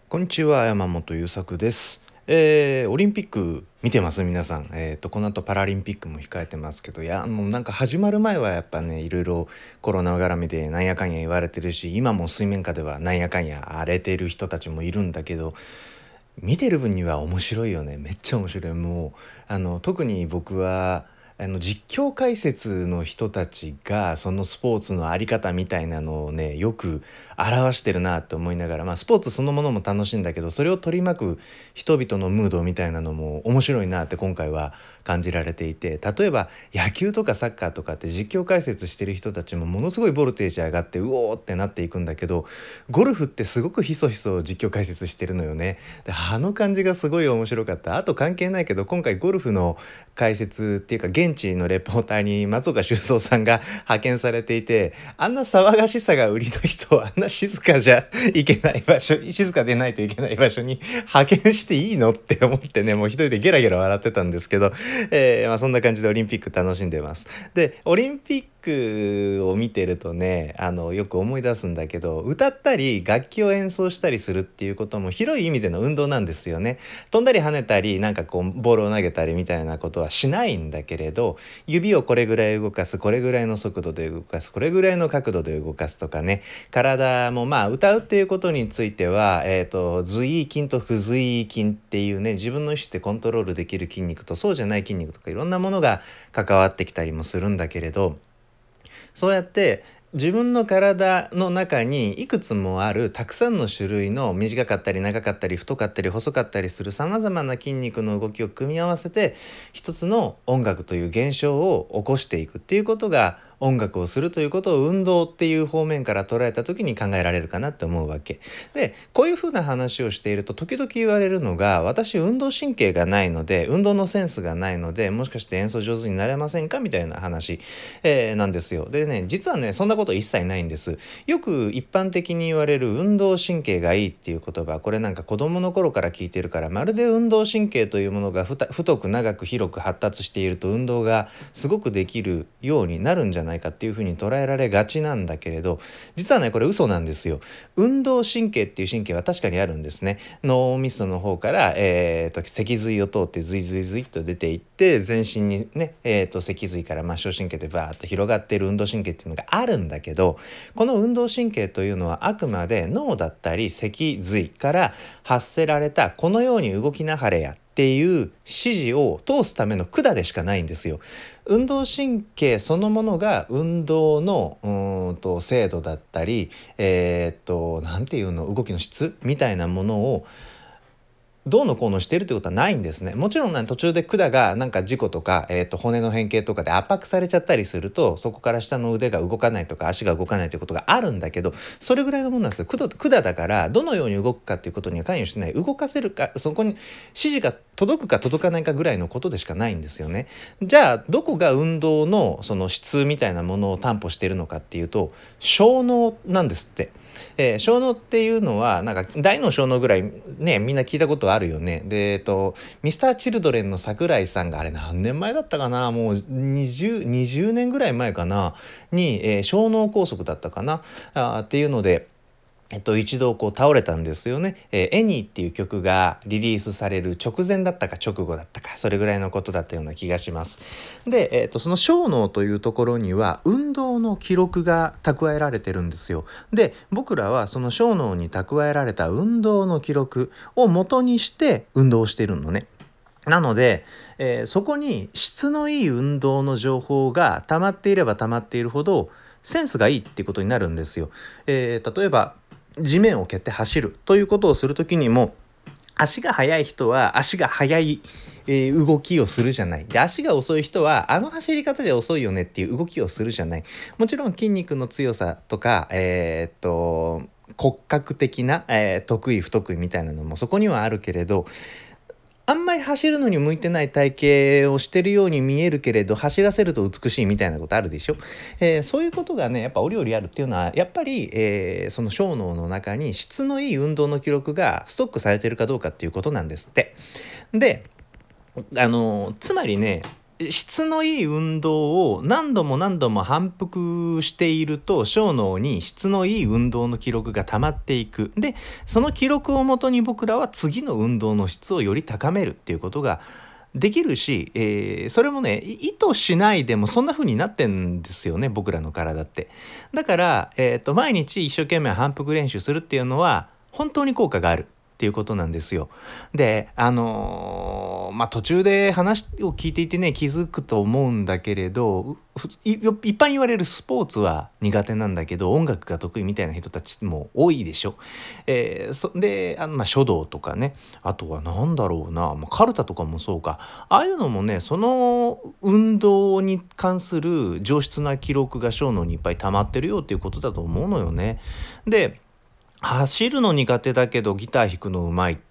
こんにちは、山本優作です。オリンピック見てます皆さん。この後パラリンピックも控えてますけど、もうなんか始まる前はやっぱね、いろいろコロナ絡みでなんやかんや言われてるし、今も水面下ではなんやかんや荒れてる人たちもいるんだけど、見てる分には面白いよね。めっちゃ面白い。もう特に僕は実況解説の人たちがそのスポーツのあり方みたいなのをねよく表してるなと思いながら、スポーツそのものも楽しいんだけど、それを取り巻く人々のムードみたいなのも面白いなって今回は感じられていて、例えば野球とかサッカーとかって実況解説してる人たちもものすごいボルテージ上がってうおーってなっていくんだけど、ゴルフってすごくひそひそ実況解説してるのよね。であの感じがすごい面白かった。あと関係ないけど、今回ゴルフの解説っていうか現地のレポーターに松岡修造さんが派遣されていて、あんな騒がしさが売りの人をあんな静かじゃいけない場所、静かでないといけない場所に派遣していいのって思ってね、もう一人でゲラゲラ笑ってたんですけど、そんな感じでオリンピック楽しんでます。でオリンピックを見てるとね、よく思い出すんだけど、歌ったり楽器を演奏したりするっていうことも広い意味での運動なんですよね。飛んだり跳ねたりなんかこうボールを投げたりみたいなことはしないんだけれど、指をこれぐらい動かす、これぐらいの速度で動かす、これぐらいの角度で動かすとかね、体も歌うっていうことについては、随意筋と不随意筋っていうね、自分の意思でコントロールできる筋肉とそうじゃない筋肉とかいろんなものが関わってきたりもするんだけれど、そうやって自分の体の中にいくつもあるたくさんの種類の短かったり長かったり太かったり細かったりするさまざまな筋肉の動きを組み合わせて一つの音楽という現象を起こしていくっていうことが、音楽をするということを運動っていう方面から捉えた時に考えられるかなって思うわけで、こういうふうな話をしていると時々言われるのが、私運動神経がないので、運動のセンスがないので、もしかして演奏上手になれませんかみたいな話、なんですよ。でね、実はねそんなこと一切ないんです。よく一般的に言われる運動神経がいいっていう言葉、これなんか子供の頃から聞いてるから、まるで運動神経というものが太く長く広く発達していると運動がすごくできるようになるんじゃないかっていうふうに捉えられがちなんだけれど、実はねこれ嘘なんですよ。運動神経っていう神経は確かにあるんですね。脳みその方から、脊髄を通ってズイズイズイっと出ていって全身にね、脊髄から末梢神経でバーッと広がっている運動神経っていうのがあるんだけど、この運動神経というのはあくまで脳だったり脊髄から発せられたこのように動きなはれやっていう指示を通すための管でしかないんですよ。運動神経そのものが運動の精度だったり、なんていうの、動きの質みたいなものをどうのこうのしてるってことはないんですね。もちろん、途中で管がなんか事故とか、骨の変形とかで圧迫されちゃったりすると、そこから下の腕が動かないとか足が動かないということがあるんだけど、それぐらいのものなんですよ。管だからどのように動くかっていうことには関与してない。動かせるか、そこに指示が届くか届かないかぐらいのことでしかないんですよね。じゃあどこが運動のその質みたいなものを担保しているのかっていうと、小脳なんですって。小脳っていうのはなんか大の小脳ぐらいね、みんな聞いたことあるよね。でミスターチルドレンの桜井さんがあれ何年前だったかな、もう20年ぐらい前かなに、小脳梗塞だったかなっていうので一度こう倒れたんですよね。エニーっていう曲がリリースされる直前だったか直後だったか、それぐらいのことだったような気がします。で、その小脳というところには運動の記録が蓄えられてるんですよ。で、僕らはその小脳に蓄えられた運動の記録を元にして運動をしているのね。なので、そこに質のいい運動の情報が溜まっていれば溜まっているほどセンスがいいっていうことになるんですよ。例えば地面を蹴って走るということをするときにも、足が速い人は足が速い、動きをするじゃない。で、足が遅い人はあの走り方じゃ遅いよねっていう動きをするじゃない。もちろん筋肉の強さとか、骨格的な、得意不得意みたいなのもそこにはあるけれど、あんまり走るのに向いてない体型をしてるように見えるけれど走らせると美しいみたいなことあるでしょ。そういうことがねやっぱ折々あるっていうのはやっぱり、その小脳の中に質のいい運動の記録がストックされてるかどうかっていうことなんですって。でつまりね、 質のいい運動を何度も何度も反復していると小脳に質のいい運動の記録が溜まっていく。でその記録をもとに僕らは次の運動の質をより高めるっていうことができるし、それもね意図しないでもそんな風になってんですよね、僕らの体って。だから、毎日一生懸命反復練習するっていうのは本当に効果があるっていうことなんですよ。で途中で話を聞いていてね気づくと思うんだけれど、一般言われるスポーツは苦手なんだけど音楽が得意みたいな人たちも多いでしょ。で書道とかね、あとは何だろうな、カルタとかもそうか、ああいうのもねその運動に関する上質な記録が小脳にいっぱい溜まってるよっていうことだと思うのよね。で走るの苦手だけどギター弾くのうまいって、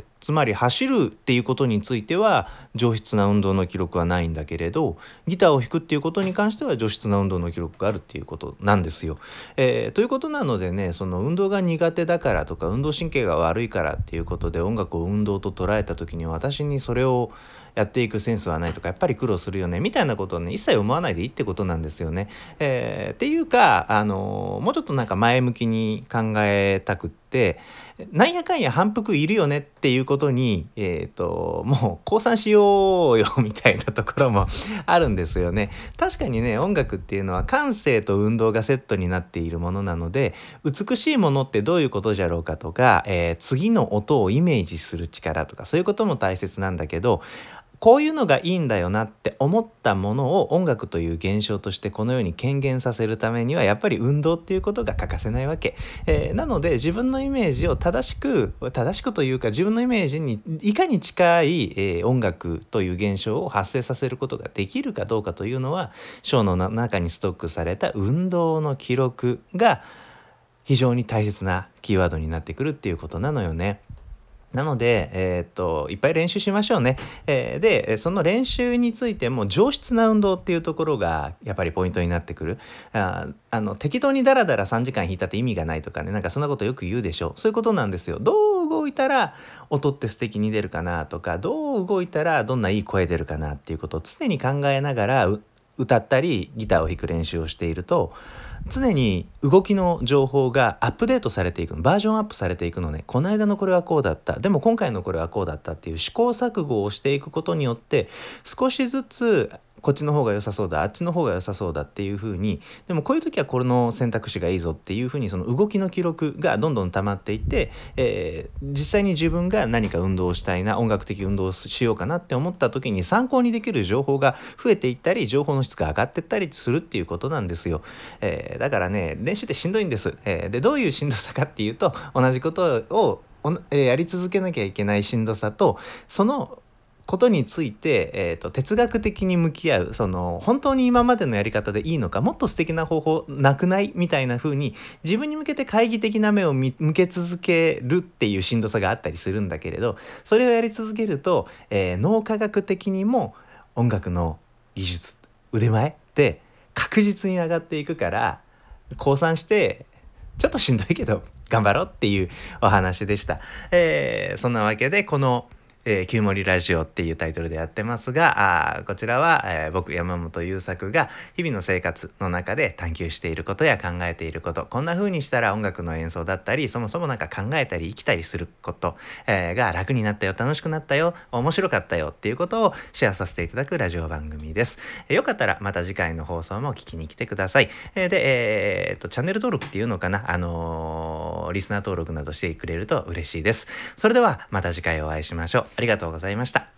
つまり走るっていうことについては上質な運動の記録はないんだけれど、ギターを弾くっていうことに関しては上質な運動の記録があるっていうことなんですよ。ということなのでね、その運動が苦手だからとか運動神経が悪いからっていうことで音楽を運動と捉えた時に私にそれをやっていくセンスはないとか、やっぱり苦労するよねみたいなことをね一切思わないでいいってことなんですよね。っていうかもうちょっとなんか前向きに考えたくって、なんやかんや反復いるよねっていうことに、もう降参しようよみたいなところもあるんですよね。確かにね音楽っていうのは感性と運動がセットになっているものなので、美しいものってどういうことじゃろうかとか、次の音をイメージする力とかそういうことも大切なんだけど、こういうのがいいんだよなって思ったものを音楽という現象としてこのように顕現させるためにはやっぱり運動っていうことが欠かせないわけ。なので自分のイメージを正しくというか、自分のイメージにいかに近い、音楽という現象を発生させることができるかどうかというのは、小脳の中にストックされた運動の記録が非常に大切なキーワードになってくるっていうことなのよね。なので、いっぱい練習しましょうね。で、その練習についても上質な運動っていうところがやっぱりポイントになってくる。適当にダラダラ3時間弾いたって意味がないとかね、なんかそんなことよく言うでしょ。そういうことなんですよ。どう動いたら音って素敵に出るかなとか、どう動いたらどんないい声出るかなっていうことを常に考えながら歌ったりギターを弾く練習をしていると、常に動きの情報がアップデートされていく、バージョンアップされていくのね。この間のこれはこうだった、でも今回のこれはこうだったっていう試行錯誤をしていくことによって、少しずつこっちの方が良さそうだ、あっちの方が良さそうだっていう風に、でもこういう時はこの選択肢がいいぞっていう風に、その動きの記録がどんどん溜まっていって、実際に自分が何か運動をしたいな、音楽的運動をしようかなって思った時に参考にできる情報が増えていったり、情報の質が上がっていったりするっていうことなんですよ。だからね練習ってしんどいんです。でどういうしんどさかっていうと、同じことをやり続けなきゃいけないしんどさと、そのことについて、哲学的に向き合う、その本当に今までのやり方でいいのか、もっと素敵な方法なくないみたいな風に自分に向けて懐疑的な目を向け続けるっていうしんどさがあったりするんだけれど、それをやり続けると、脳科学的にも音楽の技術腕前って確実に上がっていくから、降参してちょっとしんどいけど頑張ろうっていうお話でした。そんなわけでこの旧森ラジオっていうタイトルでやってますが、こちらは、僕山本優作が日々の生活の中で探求していることや考えていること、こんな風にしたら音楽の演奏だったり、そもそもなんか考えたり生きたりすること、が楽になったよ、楽しくなったよ、面白かったよっていうことをシェアさせていただくラジオ番組です。よかったらまた次回の放送も聞きに来てください。で、チャンネル登録っていうのかな、リスナー登録などしてくれると嬉しいです。それではまた次回お会いしましょう。ありがとうございました。